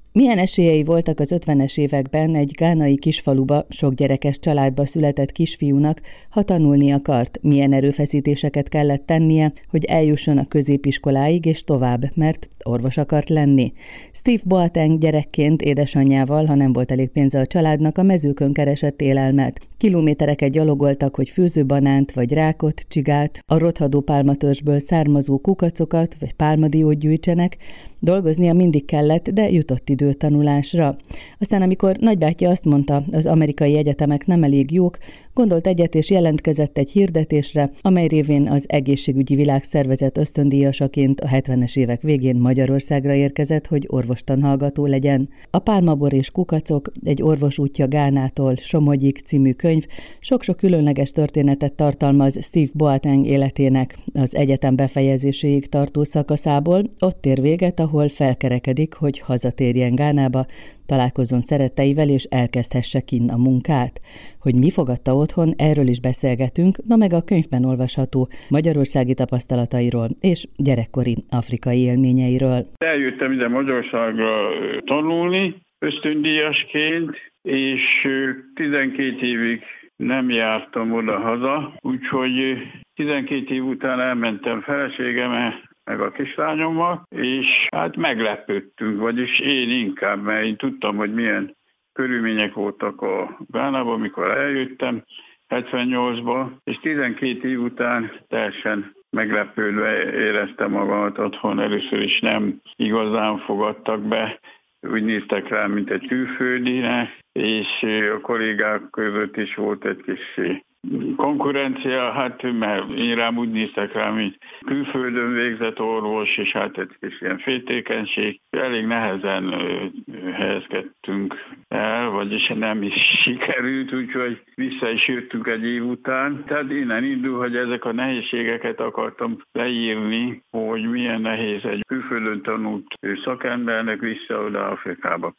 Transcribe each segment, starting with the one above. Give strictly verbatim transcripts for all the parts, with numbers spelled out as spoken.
Milyen esélyei voltak az ötvenes években egy gánai kisfaluba, sok gyerekes családba született kisfiúnak, ha tanulni akart, milyen erőfeszítéseket kellett tennie, hogy eljusson a középiskoláig és tovább, mert orvos akart lenni. Steve Boateng gyerekként édesanyjával, ha nem volt elég pénze a családnak, a mezőkön keresett élelmet. Kilométereket gyalogoltak, hogy főzőbanánt vagy rákot, csigát, a rothadó pálmatörzsből származó kukacokat vagy pálmadiót gyűjtsenek. Dolgoznia mindig kellett, de jutott idő tanulásra. Aztán, amikor nagybátyja azt mondta, az amerikai egyetemek nem elég jók, gondolt egyet és jelentkezett egy hirdetésre, amely révén az egészségügyi világszervezet ösztöndíjasaként a hetvenes évek végén Magyarországra érkezett, hogy orvostanhallgató legyen. A Pálmabor és kukacok, egy orvos útja Gánától Somogyig című könyv sok-sok különleges történetet tartalmaz Steve Boateng életének az egyetem befejezéséig tartó szakaszából. Ott ér véget, ahol felkerekedik, hogy hazatérjen Gánába, találkozzon szeretteivel és elkezdhesse kinn a munkát. Hogy mi fogadta otthon, erről is beszélgetünk, na meg a könyvben olvasható magyarországi tapasztalatairól és gyerekkori afrikai élményeiről. Eljöttem ide Magyarországra tanulni ösztöndíjasként, és tizenkét évig nem jártam oda-haza, úgyhogy tizenkét év után elmentem feleségemmel, meg a kislányommal, és hát meglepődtünk, vagyis én inkább, mert én tudtam, hogy milyen körülmények voltak a Gánában, amikor eljöttem hetvennyolcban, és tizenkét év után teljesen meglepődve éreztem magamat otthon. Először is nem igazán fogadtak be, úgy néztek rám, mint egy külföldinek, és a kollégák között is volt egy kis konkurencia, hát mert én rám úgy néztek rám, mint külföldön végzett orvos, és hát egy kis ilyen féltékenység. Elég nehezen helyezkedtünk el, vagyis nem is sikerült, úgyhogy vissza is jöttünk egy év után. Tehát innen indul, hogy ezek a nehézségeket akartam leírni, hogy milyen nehéz egy külföldön tanult szakembernek vissza oda Afrikába.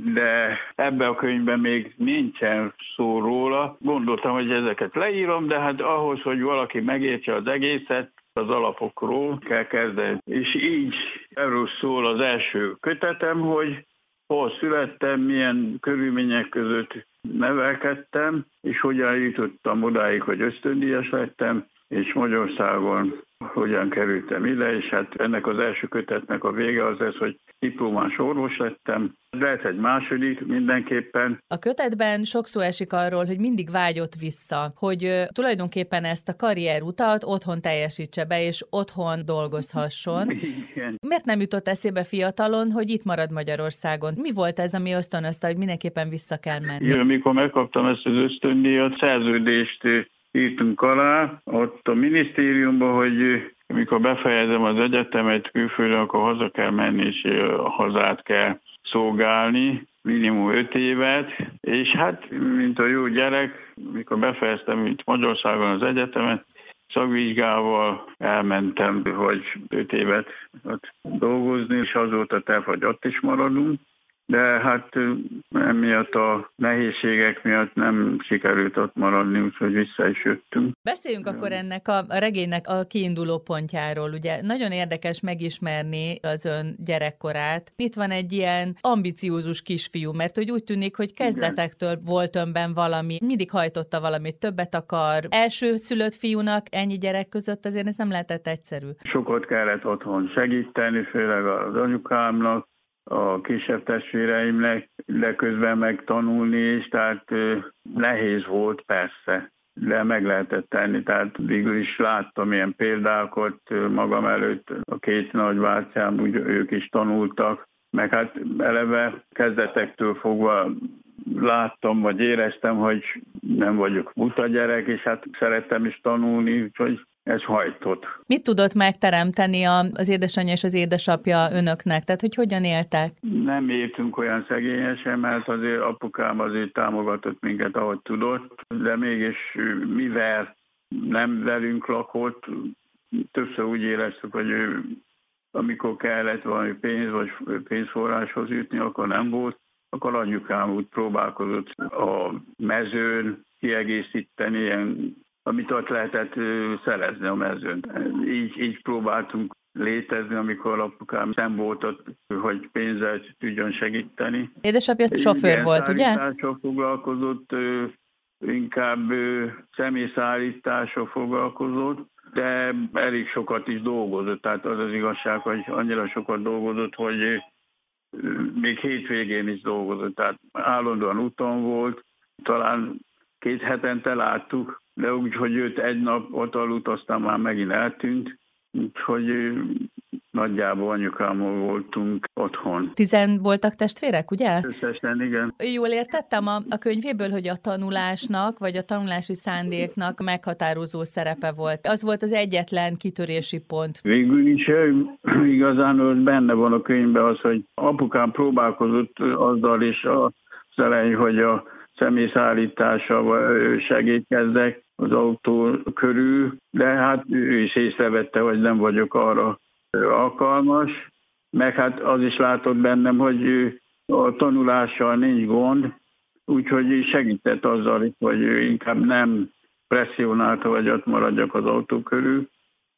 De ebben a könyvben még nincsen szó róla. Gondoltam, hogy ezeket leírom, de hát ahhoz, hogy valaki megértse az egészet, az alapokról kell kezdeni. És így erről szól az első kötetem, hogy hol születtem, milyen körülmények között nevelkedtem, és hogyan jutottam odáig, hogy ösztöndíjas lettem, és Magyarországon hogyan kerültem ide, és hát ennek az első kötetnek a vége az ez, hogy diplomás orvos lettem. Lehet egy második mindenképpen. A kötetben sok szó esik arról, hogy mindig vágyott vissza, hogy uh, tulajdonképpen ezt a karrierutat otthon teljesítse be, és otthon dolgozhasson. Igen. Miért nem jutott eszébe fiatalon, hogy itt marad Magyarországon? Mi volt ez, ami ösztönözte, hogy mindenképpen vissza kell menni? Jö, amikor megkaptam ezt az ösztöndíjat, szerződést írtunk alá ott a minisztériumban, hogy amikor befejezem az egyetemet külföldön, akkor haza kell menni, és a hazát kell szolgálni, minimum öt évet, és hát, mint a jó gyerek, mikor befejeztem itt Magyarországon az egyetemet, szakvizsgával elmentem, hogy öt évet ott dolgozni, és azóta terv, hogy ott is maradunk. De hát emiatt a nehézségek miatt nem sikerült ott maradni, úgyhogy vissza is jöttünk. Beszéljünk akkor ennek a, a regénynek a kiinduló pontjáról. Ugye nagyon érdekes megismerni az ön gyerekkorát. Itt van egy ilyen ambiciózus kisfiú, mert hogy úgy tűnik, hogy kezdetektől igen. volt önben valami, mindig hajtotta valamit, többet akar. Első szülött fiúnak ennyi gyerek között azért ez nem lehetett egyszerű. Sokat kellett otthon segíteni, főleg az anyukámnak, a kisebb testvéreimnek, de közben megtanulni is, tehát nehéz volt persze, de meg lehetett tenni. Tehát végül is láttam ilyen példákat magam előtt, a két nagybátyám, úgy ők is tanultak, meg hát eleve kezdetektől fogva láttam, vagy éreztem, hogy nem vagyok buta gyerek, és hát szerettem is tanulni, úgyhogy ez hajtott. Mit tudott megteremteni az édesanyja és az édesapja önöknek? Tehát, hogy hogyan éltek? Nem éltünk olyan szegényesen, mert azért apukám azért támogatott minket, ahogy tudott, de mégis mivel nem velünk lakott, többször úgy éreztük, hogy ő, amikor kellett valami pénz vagy pénzforráshoz jutni, akkor nem volt, akkor anyukám úgy próbálkozott a mezőn kiegészíteni ilyen, amit ott lehetett szerezni a mezőn. Így, így próbáltunk létezni, amikor apukám nem volt ott, hogy pénzzel tudjon segíteni. Édesapja sofőr Igen, volt, ugye? szállítással foglalkozott, inkább személyszállítással foglalkozott, de elég sokat is dolgozott. Tehát az az igazság, hogy annyira sokat dolgozott, hogy még hétvégén is dolgozott. Tehát állandóan úton volt, talán két hetente láttuk, de úgy, hogy őt egy nap ott aludt, aztán már megint eltűnt. Úgyhogy nagyjából anyukámmal voltunk otthon. Tizen voltak testvérek, ugye? Összesen, igen. Jól értettem a, a könyvéből, hogy a tanulásnak, vagy a tanulási szándéknak meghatározó szerepe volt. Az volt az egyetlen kitörési pont. Végül is igazán hogy benne van a könyvben az, hogy apukám próbálkozott azzal is az elején, hogy a személyszállítással segítkezzek az autó körül, de hát ő is észrevette, hogy nem vagyok arra alkalmas, meg hát az is látott bennem, hogy a tanulással nincs gond, úgyhogy segített azzal, hogy inkább nem presszionálta, vagy ott maradjak az autó körül,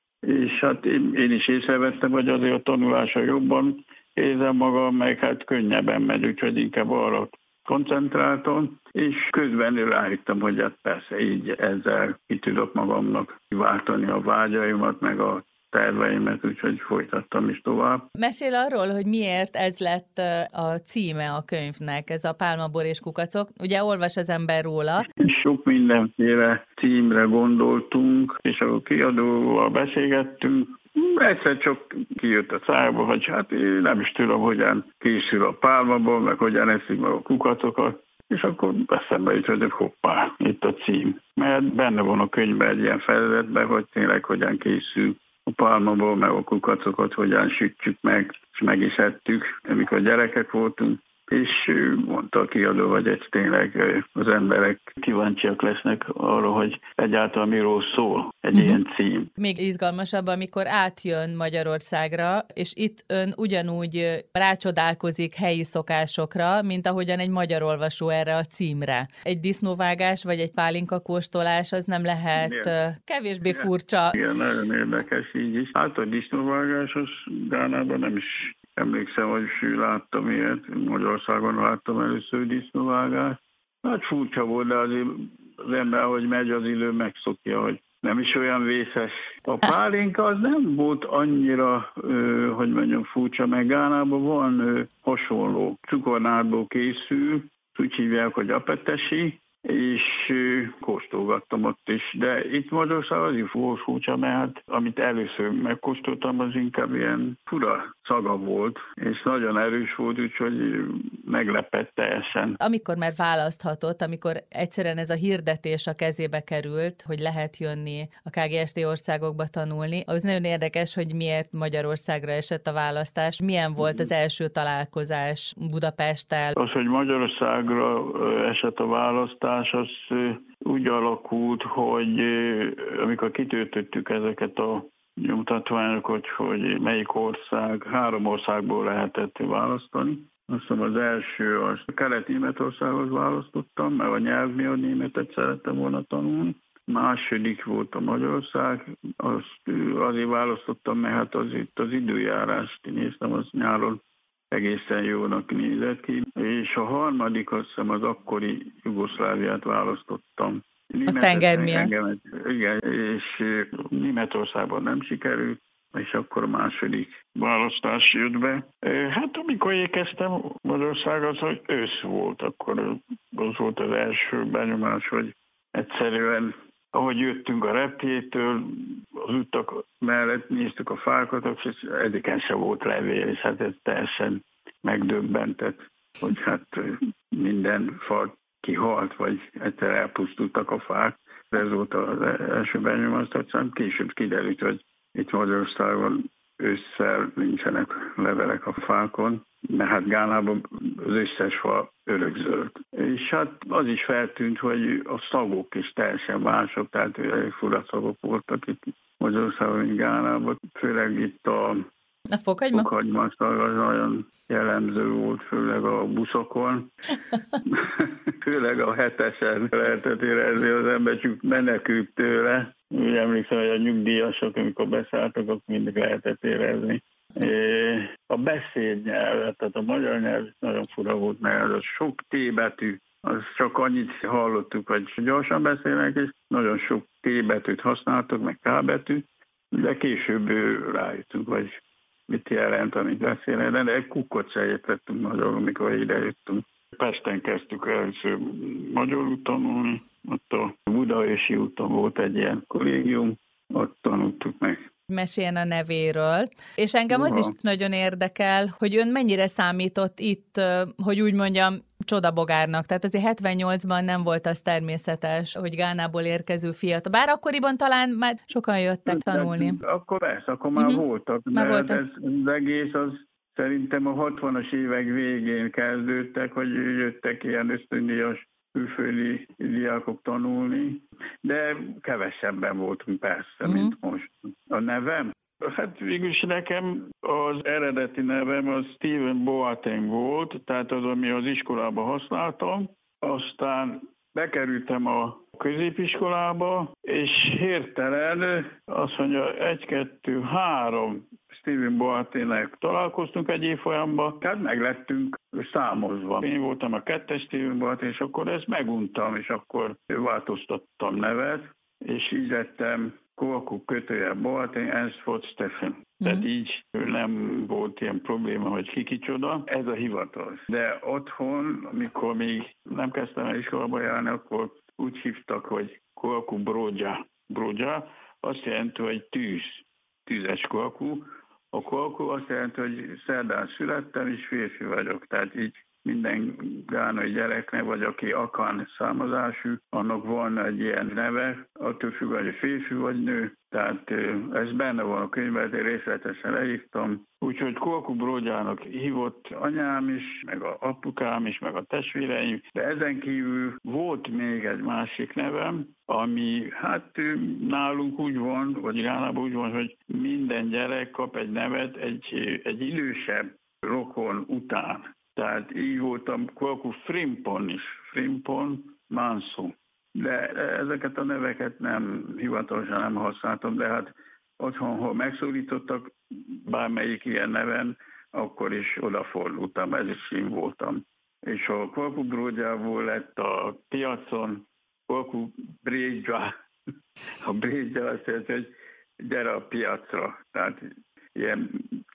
és hát én, én is észrevettem, hogy azért a tanulása jobban érzem magam, meg hát könnyebben megy, úgyhogy inkább arra koncentráltam, és közben rájöttem, hogy hát persze így ezzel ki tudok magamnak váltani a vágyaimat, meg a terveimet, úgyhogy folytattam is tovább. Mesél arról, hogy miért ez lett a címe a könyvnek, ez a Pálmabor és kukacok. Ugye olvas az ember róla. Sok mindenféle címre gondoltunk, és a kiadóval beszélgettünk. Egyszer csak kijött a szájba, hogy hát én nem is tudom, hogyan készül a pálmabor, meg hogyan eszik meg a kukacokat. És akkor eszembe jutott, hogy hoppá, itt a cím. Mert benne van a könyvben egy ilyen fejezetben, hogy tényleg hogyan készül a pálmaból, meg a kukacokat hogyan sütjük meg, és meg is ettük, amikor gyerekek voltunk, és mondta a kiadó, hogy ez tényleg az emberek kíváncsiak lesznek arra, hogy egyáltalán miről szól egy uh-huh. ilyen cím. Még izgalmasabb, amikor átjön Magyarországra, és itt ön ugyanúgy rácsodálkozik helyi szokásokra, mint ahogyan egy magyar olvasó erre a címre. Egy disznóvágás vagy egy pálinka kóstolás az nem lehet igen. kevésbé igen. furcsa. Igen, nagyon érdekes így is. Hát a disznóvágás az Gánában nem is emlékszem, hogy láttam ilyet. Magyarországon láttam először disznóvágást. Hát furcsa volt, de azért az ember, hogy megy az idő, megszokja, hogy nem is olyan vészes. A pálinka az nem volt annyira, hogy mondjam, furcsa, meg Gánában van hasonló. Cukornádból készül, úgy hívják, hogy apetesi, és kóstolgattam ott is. De itt Magyarországon az is volt furcsa, mert hát, amit először megkóstoltam, az inkább ilyen fura szaga volt, és nagyon erős volt, úgyhogy meglepett teljesen. Amikor már választhatott, amikor egyszerűen ez a hirdetés a kezébe került, hogy lehet jönni a ká gé es té országokba tanulni, az nagyon érdekes, hogy miért Magyarországra esett a választás. Milyen volt az első találkozás Budapesttel? Az, hogy Magyarországra esett a választás, az úgy alakult, hogy amikor kitöltöttük ezeket a nyomtatványokat, hogy melyik ország, három országból lehetett választani. Azt hiszem az első, az Kelet-Németországhoz választottam, mert a nyelv miatt németet szerettem volna tanulni. Második volt a Magyarország, azt azért választottam, mert hát az itt az időjárást néztem, az nyáron egészen jónak nézett ki. És a harmadik, azt hiszem, az akkori Jugoszláviát választottam. A tenger miatt. Igen, és Németországban nem sikerült, és akkor a második választás jött be. Hát amikor ékeztem Magyarország, az, hogy ősz volt, akkor az volt az első benyomás, hogy egyszerűen, ahogy jöttünk a reptétől, az utak mellett néztük a fákat, és egyiken se volt levél, és hát ez teljesen megdöbbentett, hogy hát minden fa kihalt, vagy egyszer elpusztultak a fák. Ez volt az első benyomás, aztán később kiderült, hogy itt Magyarországon ősszel nincsenek levelek a fákon, mert hát Gánában az összes fa örökzöld. És hát az is feltűnt, hogy a szagok is teljesen mások, tehát elég fura szagok voltak itt Magyarországon, mint Gánában. Főleg itt a A fokhagyma? Fokhagymaszag az nagyon jellemző volt, főleg a buszokon. Főleg a hetesen lehetett érezni, az ember csak menekült tőle. Úgy emlékszem, hogy a nyugdíjasok, amikor beszálltak, akkor mindig lehetett érezni. A beszédnyelv, tehát a magyar nyelv nagyon fura volt, mert az sok T-betű, az csak annyit hallottuk, hogy gyorsan beszélnek, és nagyon sok T-betűt használtok, meg K-betűt, de később rájöttünk, vagy mit jelent, amit beszélnek, de egy kukkot se értettünk magyarul, amikor idejöttünk. Pesten kezdtük először magyarul tanulni, ott a Budaörsi úton volt egy ilyen kollégium, ott tanultuk meg. Meséljen a nevéről, és engem az is nagyon érdekel, hogy ön mennyire számított itt, hogy úgy mondjam, csodabogárnak. Tehát azért hetvennyolcban nem volt az természetes, hogy Gánából érkező fiatal. Bár akkoriban talán már sokan jöttek tanulni. De, akkor persze, akkor már uh-huh. voltak. Már voltak. Ez, az egész az szerintem a hatvanas évek végén kezdődtek, hogy jöttek ilyen ösztöndíjas külföldi diákok tanulni, de kevesebben voltunk persze, uh-huh. mint most. A nevem? Hát végülis nekem az eredeti nevem az Stephen Boateng volt, tehát az, ami az iskolában használtam. Aztán bekerültem a középiskolába, és hirtelen azt mondja, egy, kettő, három Stephen Boatengnek találkoztunk egy évfolyamban, tehát meglettünk számozva. Én voltam a kettes Stephen Boateng, és akkor ezt meguntam, és akkor változtattam nevet, és így lettem Kouakou kötőjel Boateng, Ensford Stephen. Mm. Tehát így nem volt ilyen probléma, hogy ki kicsoda. Ez a hivatalos. De otthon, amikor még nem kezdtem el iskolába járni, akkor úgy hívtak, hogy Kouakou Brodja. Brodja azt jelenti, hogy tűz. Tűzes Kouakou. A Kouakou azt jelenti, hogy szerdán születtem, és férfi vagyok. Tehát így minden gánai gyereknek, vagy aki Akan származású, annak van egy ilyen neve, attól függ, hogy férfi vagy nő. Tehát ez benne van a könyvben, én részletesen leírtam. Úgyhogy Kouakou Brodjának hívott anyám is, meg a apukám is, meg a testvéreim, de ezen kívül volt még egy másik nevem, ami hát nálunk úgy van, vagy Gánában úgy van, hogy minden gyerek kap egy nevet egy, egy idősebb rokon után. Tehát így voltam Kouakou Frimpong is, Frimpong Manso. De ezeket a neveket nem, hivatalosan nem használtam, de hát otthon, ha megszólítottak bármelyik ilyen neven, akkor is odafordultam, ez is én voltam. És a Kouakou Brodjából lett a piacon Kouakou Brédja. A Brédja azt jelenti, hogy gyere a piacra. Tehát ilyen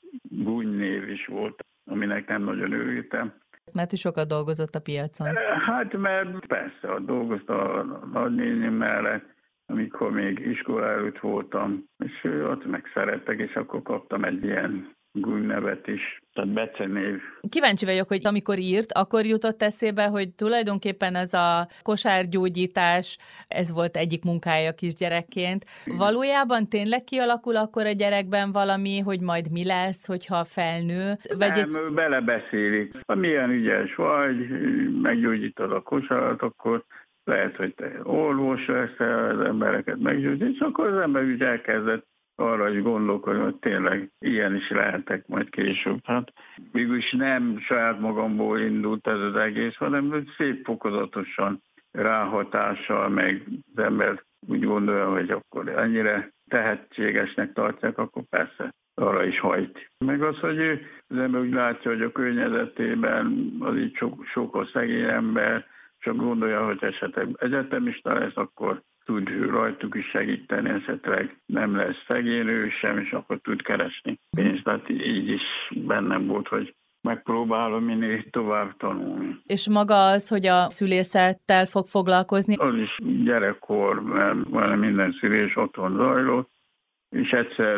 gúnynév is volt, aminek nem nagyon örültem. Mert is sokat dolgozott a piacon. Hát, mert persze, dolgoztam a nagynéném mellett, amikor még iskola előtt voltam, és ott megszerettek, és akkor kaptam egy ilyen gúnynevet is, tehát becenév. Kíváncsi vagyok, hogy amikor írt, akkor jutott eszébe, hogy tulajdonképpen ez a kosárgyógyítás, ez volt egyik munkája kisgyerekként. Valójában tényleg kialakul akkor a gyerekben valami, hogy majd mi lesz, hogyha felnő? Vagy nem, ez... belebeszélik. Ha milyen ügyes vagy, meggyógyítod a kosarat, akkor lehet, hogy te orvos leszel, az embereket meggyógyítod, és akkor az ember úgy elkezdett arra is gondolkodni, hogy tényleg ilyen is lehetek majd később. Hát mégis nem saját magamból indult ez az egész, hanem szép fokozatosan ráhatással, meg az ember úgy gondolja, hogy akkor ennyire tehetségesnek tartják, akkor persze arra is hajt. Meg az, hogy az ember úgy látja, hogy a környezetében az így sok, sok a szegény ember, csak gondolja, hogy esetleg egyetemista lesz, akkor tud rajtuk is segíteni, esetleg nem lesz szegényő sem, és akkor tud keresni pénzt. Tehát így is bennem volt, hogy megpróbálom minél tovább tanulni. És maga az, hogy a szülészettel fog foglalkozni? Az is gyerekkor, mert minden szülés otthon zajlott, és egyszer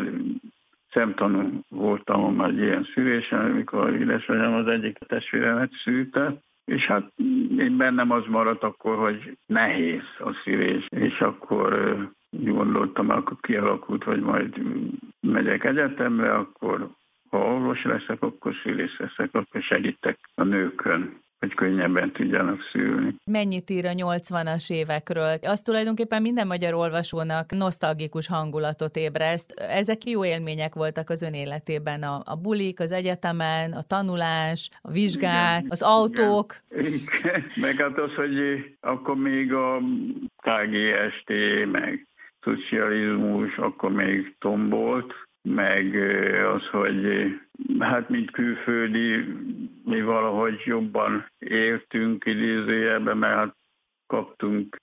szemtanú voltam egy ilyen szülésen, amikor édesanyám az egyik testvéremet szülte, és hát én bennem az maradt akkor, hogy nehéz a szülés, és akkor gondoltam, akkor kialakult, hogy majd megyek egyetemre, akkor ha orvos leszek, akkor szülész leszek, akkor segítek a nőkön. hogy könnyebben tudjanak szülni. Mennyit ír a nyolcvanas évekről? Azt tulajdonképpen minden magyar olvasónak nosztalgikus hangulatot ébreszt. Ezek jó élmények voltak az ön életében, a, a bulik, az egyetemen, a tanulás, a vizsgák, igen, az autók. Igen. Igen. Meg hát az, hogy akkor még a ká gé es té, meg szocializmus, akkor még tombolt, meg az, hogy hát mint külföldi mi valahogy jobban éltünk idézőjelben, mert hát kaptunk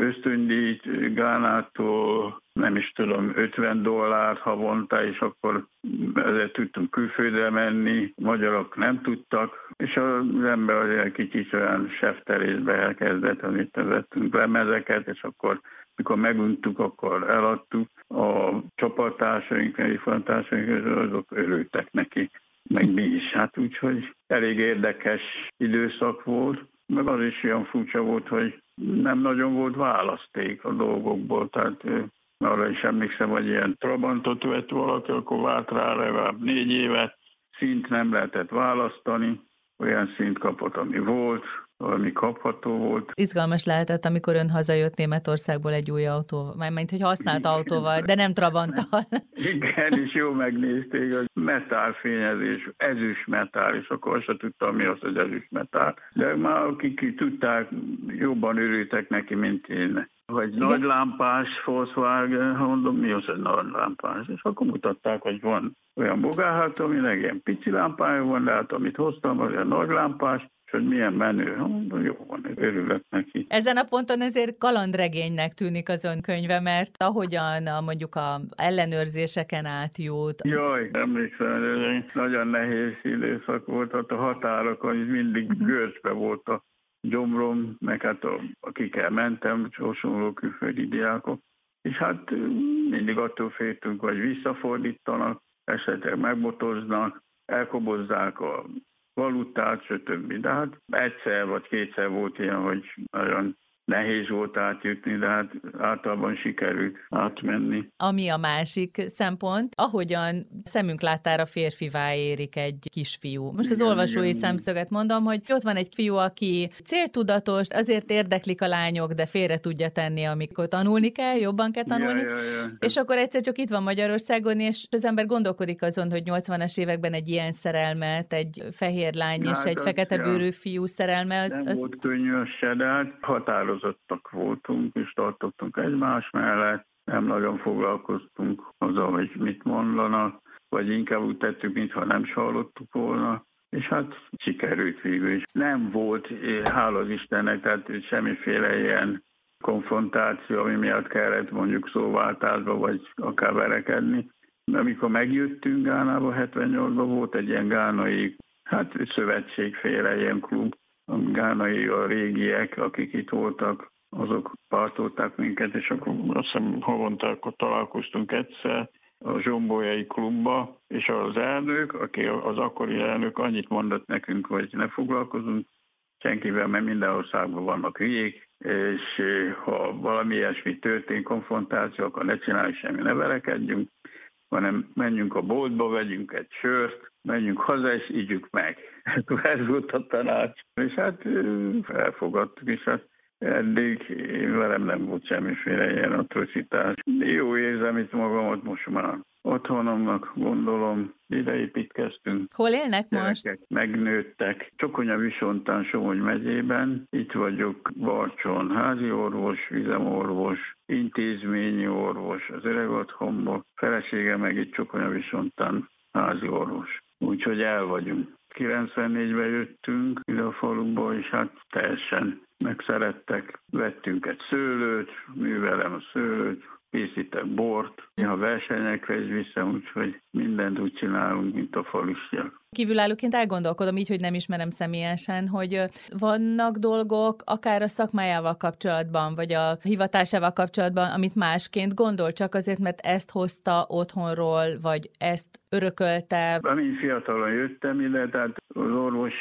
ösztöndíjt Gánától, nem is tudom, ötven dollárt havonta, és akkor ezért tudtunk külföldre menni, magyarok nem tudtak, és az ember azért kicsit olyan seftelésbe elkezdett, amit vezettünk lemezeket, és akkor mikor meguntuk, akkor eladtuk. A csapattársaink, ifjútársaink, azok örültek neki, meg mi is. Hát úgyhogy elég érdekes időszak volt, meg az is olyan furcsa volt, hogy nem nagyon volt választék a dolgokból, tehát arra is emlékszem, hogy ilyen Trabantot vett valaki, akkor vált rá legalább négy évet, szint nem lehetett választani, olyan szint kapott, ami volt, ami kapható volt. Izgalmas lehetett, amikor ön hazajött Németországból egy új autó, mármint, hogy használt igen, autóval, de nem Trabanttal. Igen, és jó megnézték, hogy metálfényezés, ezüst metál, és akkor se tudtam, mi az, hogy ezüst metál. De már akik tudták, jobban örültek neki, mint én. Vagy igen. Nagy lámpás Volkswagen, mondom, mi az, hogy nagy lámpás? És akkor mutatták, hogy van olyan bogárhátó, aminek ilyen pici lámpája van, de hát amit hoztam, az olyan nagy lámpás, és hogy milyen menő. Mondom, jó van, örülök neki. Ezen a ponton ezért kalandregénynek tűnik az ön könyve, mert ahogyan a, mondjuk a ellenőrzéseken átjut. Jaj, emlékszem, hogy ez egy nagyon nehéz időszak volt, ott a határokon is mindig uh-huh. görcsbe volt a gyomrom, meg hát a, akikkel mentem, hasonló külföldi diákok. És hát mindig attól féltünk, hogy visszafordítanak, esetleg megbotoznak, elkobozzák a valutát, stb. De hát egyszer vagy kétszer volt ilyen, hogy nagyon nehéz volt átjutni, de hát általában sikerült átmenni. Ami a másik szempont, ahogyan szemünk láttára férfivá érik egy kisfiú. Most igen, az olvasói igen. szemszöget mondom, hogy ott van egy fiú, aki céltudatos, azért érdeklik a lányok, de félre tudja tenni, amikor tanulni kell, jobban kell tanulni. Ja, ja, ja. És akkor egyszer csak itt van Magyarországon, és az ember gondolkodik azon, hogy nyolcvanas években egy ilyen szerelmet, egy fehér lány ja, és egy fekete ja. bőrű fiú szerelme. Az, nem az... volt könnyű se, de hát határozottak voltunk, és tartottunk egymás mellett. Nem nagyon foglalkoztunk azzal, hogy mit mondanak, vagy inkább úgy tettük, mintha nem is hallottuk volna. És hát sikerült végül is. Nem volt, hála az Istennek, tehát semmiféle ilyen konfrontáció, ami miatt kellett mondjuk szóváltásba, vagy akár verekedni. Amikor megjöttünk Gánába, hetvennyolcban volt egy ilyen gánai, hát szövetségféle ilyen klub, a gánai a régiek, akik itt voltak, azok partolták minket, és akkor azt hiszem havonta akkor találkoztunk egyszer a Zsombolyai klubba, és az elnök, aki az akkori elnök annyit mondott nekünk, hogy ne foglalkozunk senkivel, mert minden országban vannak hülyék, és ha valami ilyesmi történt, konfrontáció, akkor ne csinálj semmi, ne verekedjünk, hanem menjünk a boltba, vegyünk egy sört, menjünk haza, és ígyük meg. Ez volt a tanács. És hát elfogadtuk, és hát eddig velem nem volt semmiféle ilyen atrocitás. Jó érzem itt magamat most már. Otthonomnak gondolom, ide építkeztünk. Hol élnek most? Megnőttek. Csokonyavisontán, Somogy megyében. Itt vagyok Barcson, házi orvos, üzemorvos, intézményi orvos az öreg otthonban. Felesége meg itt Csokonyavisontán házi orvos. Úgyhogy el vagyunk. kilencvennégyben jöttünk ide a faluba, és hát teljesen megszerettek. Vettünk egy szőlőt, művelem a szőlőt, készítek bort, a versenyekre is viszem, úgyhogy mindent úgy csinálunk, mint a falusiak. Kívülállóként elgondolkodom így, hogy nem ismerem személyesen, hogy vannak dolgok, akár a szakmájával kapcsolatban, vagy a hivatásával kapcsolatban, amit másként gondol, csak azért, mert ezt hozta otthonról, vagy ezt örökölte. Amint fiatalon jöttem ide, tehát az orvos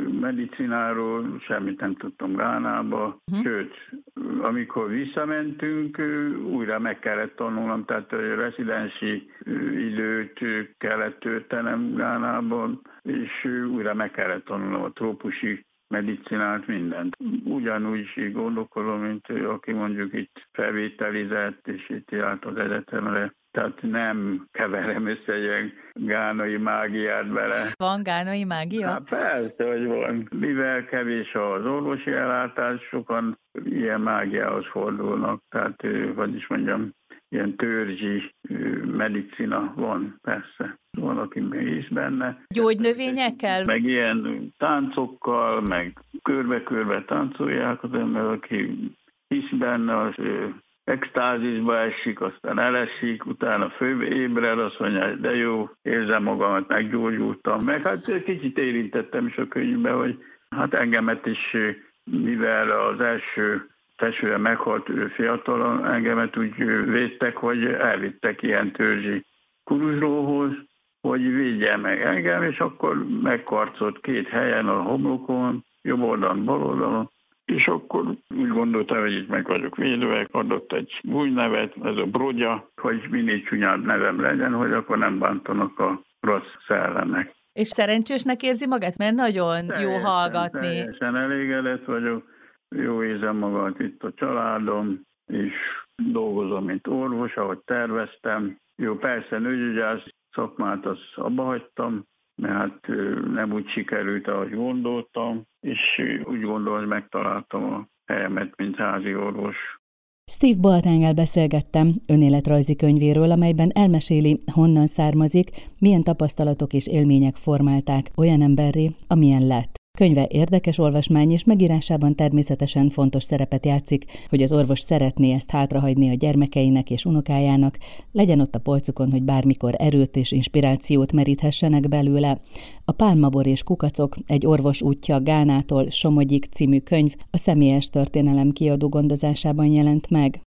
medicináról semmit nem tudtam Gánába, uh-huh. sőt, amikor visszamentünk, újra meg kellett tanulnom, tehát rezidensi időt kellett töltenem Gánában, és újra meg kellett tanulnom a trópusi medicinált, mindent. Ugyanúgy gondolkodom, mint ő, aki mondjuk itt felvételizett, és itt járt az egyetemre. Tehát nem keverem össze ilyen gánai mágiát bele. Van gánai mágia? Hát persze, hogy van. Mivel kevés az orvosi ellátás, sokan ilyen mágiához fordulnak. Tehát, hogy is mondjam, ilyen törzsi medicina van, persze. Van, aki hisz benne. Gyógynövényekkel? Meg ilyen táncokkal, meg körbe-körbe táncolják az ember, aki hisz benne, az extázisba esik, aztán elesik, utána fölébred, azt mondja, de jó, érzem magamat, meggyógyultam. Meg hát kicsit érintettem is a könyvben, hogy hát engemet is, mivel az első testvére meghalt fiatalon, engemet úgy védtek, hogy elvittek ilyen törzsi kuruzslóhoz, hogy védje meg engem, és akkor megkarcolt két helyen a homlokon, jobb oldalon, bal oldalon, és akkor úgy gondoltam, hogy itt meg vagyok védve, adott egy új nevet, ez a Brodya, hogy minél csúnyább nevem legyen, hogy akkor nem bántanak a rossz szellemek. És szerencsésnek érzi magát? Mert nagyon teljesen, jó hallgatni. Teljesen elégedett vagyok, jó érzem magam itt a családom, és dolgozom, mint orvos, ahogy terveztem. Jó, persze nőgyógyász szakmát azt abba hagytam, mert hát nem úgy sikerült, ahogy gondoltam, és úgy gondolom, hogy megtaláltam a helyemet, mint házi orvos. Steve Baltánnyal beszélgettem önéletrajzi könyvéről, amelyben elmeséli, honnan származik, milyen tapasztalatok és élmények formálták olyan emberré, amilyen lett. Könyve érdekes olvasmány, és megírásában természetesen fontos szerepet játszik, hogy az orvos szeretné ezt hátrahagyni a gyermekeinek és unokájának, legyen ott a polcukon, hogy bármikor erőt és inspirációt meríthessenek belőle. A Pálmabor és kukacok, egy orvos útja Gánától Somogyig című könyv a Személyes Történelem kiadó gondozásában jelent meg.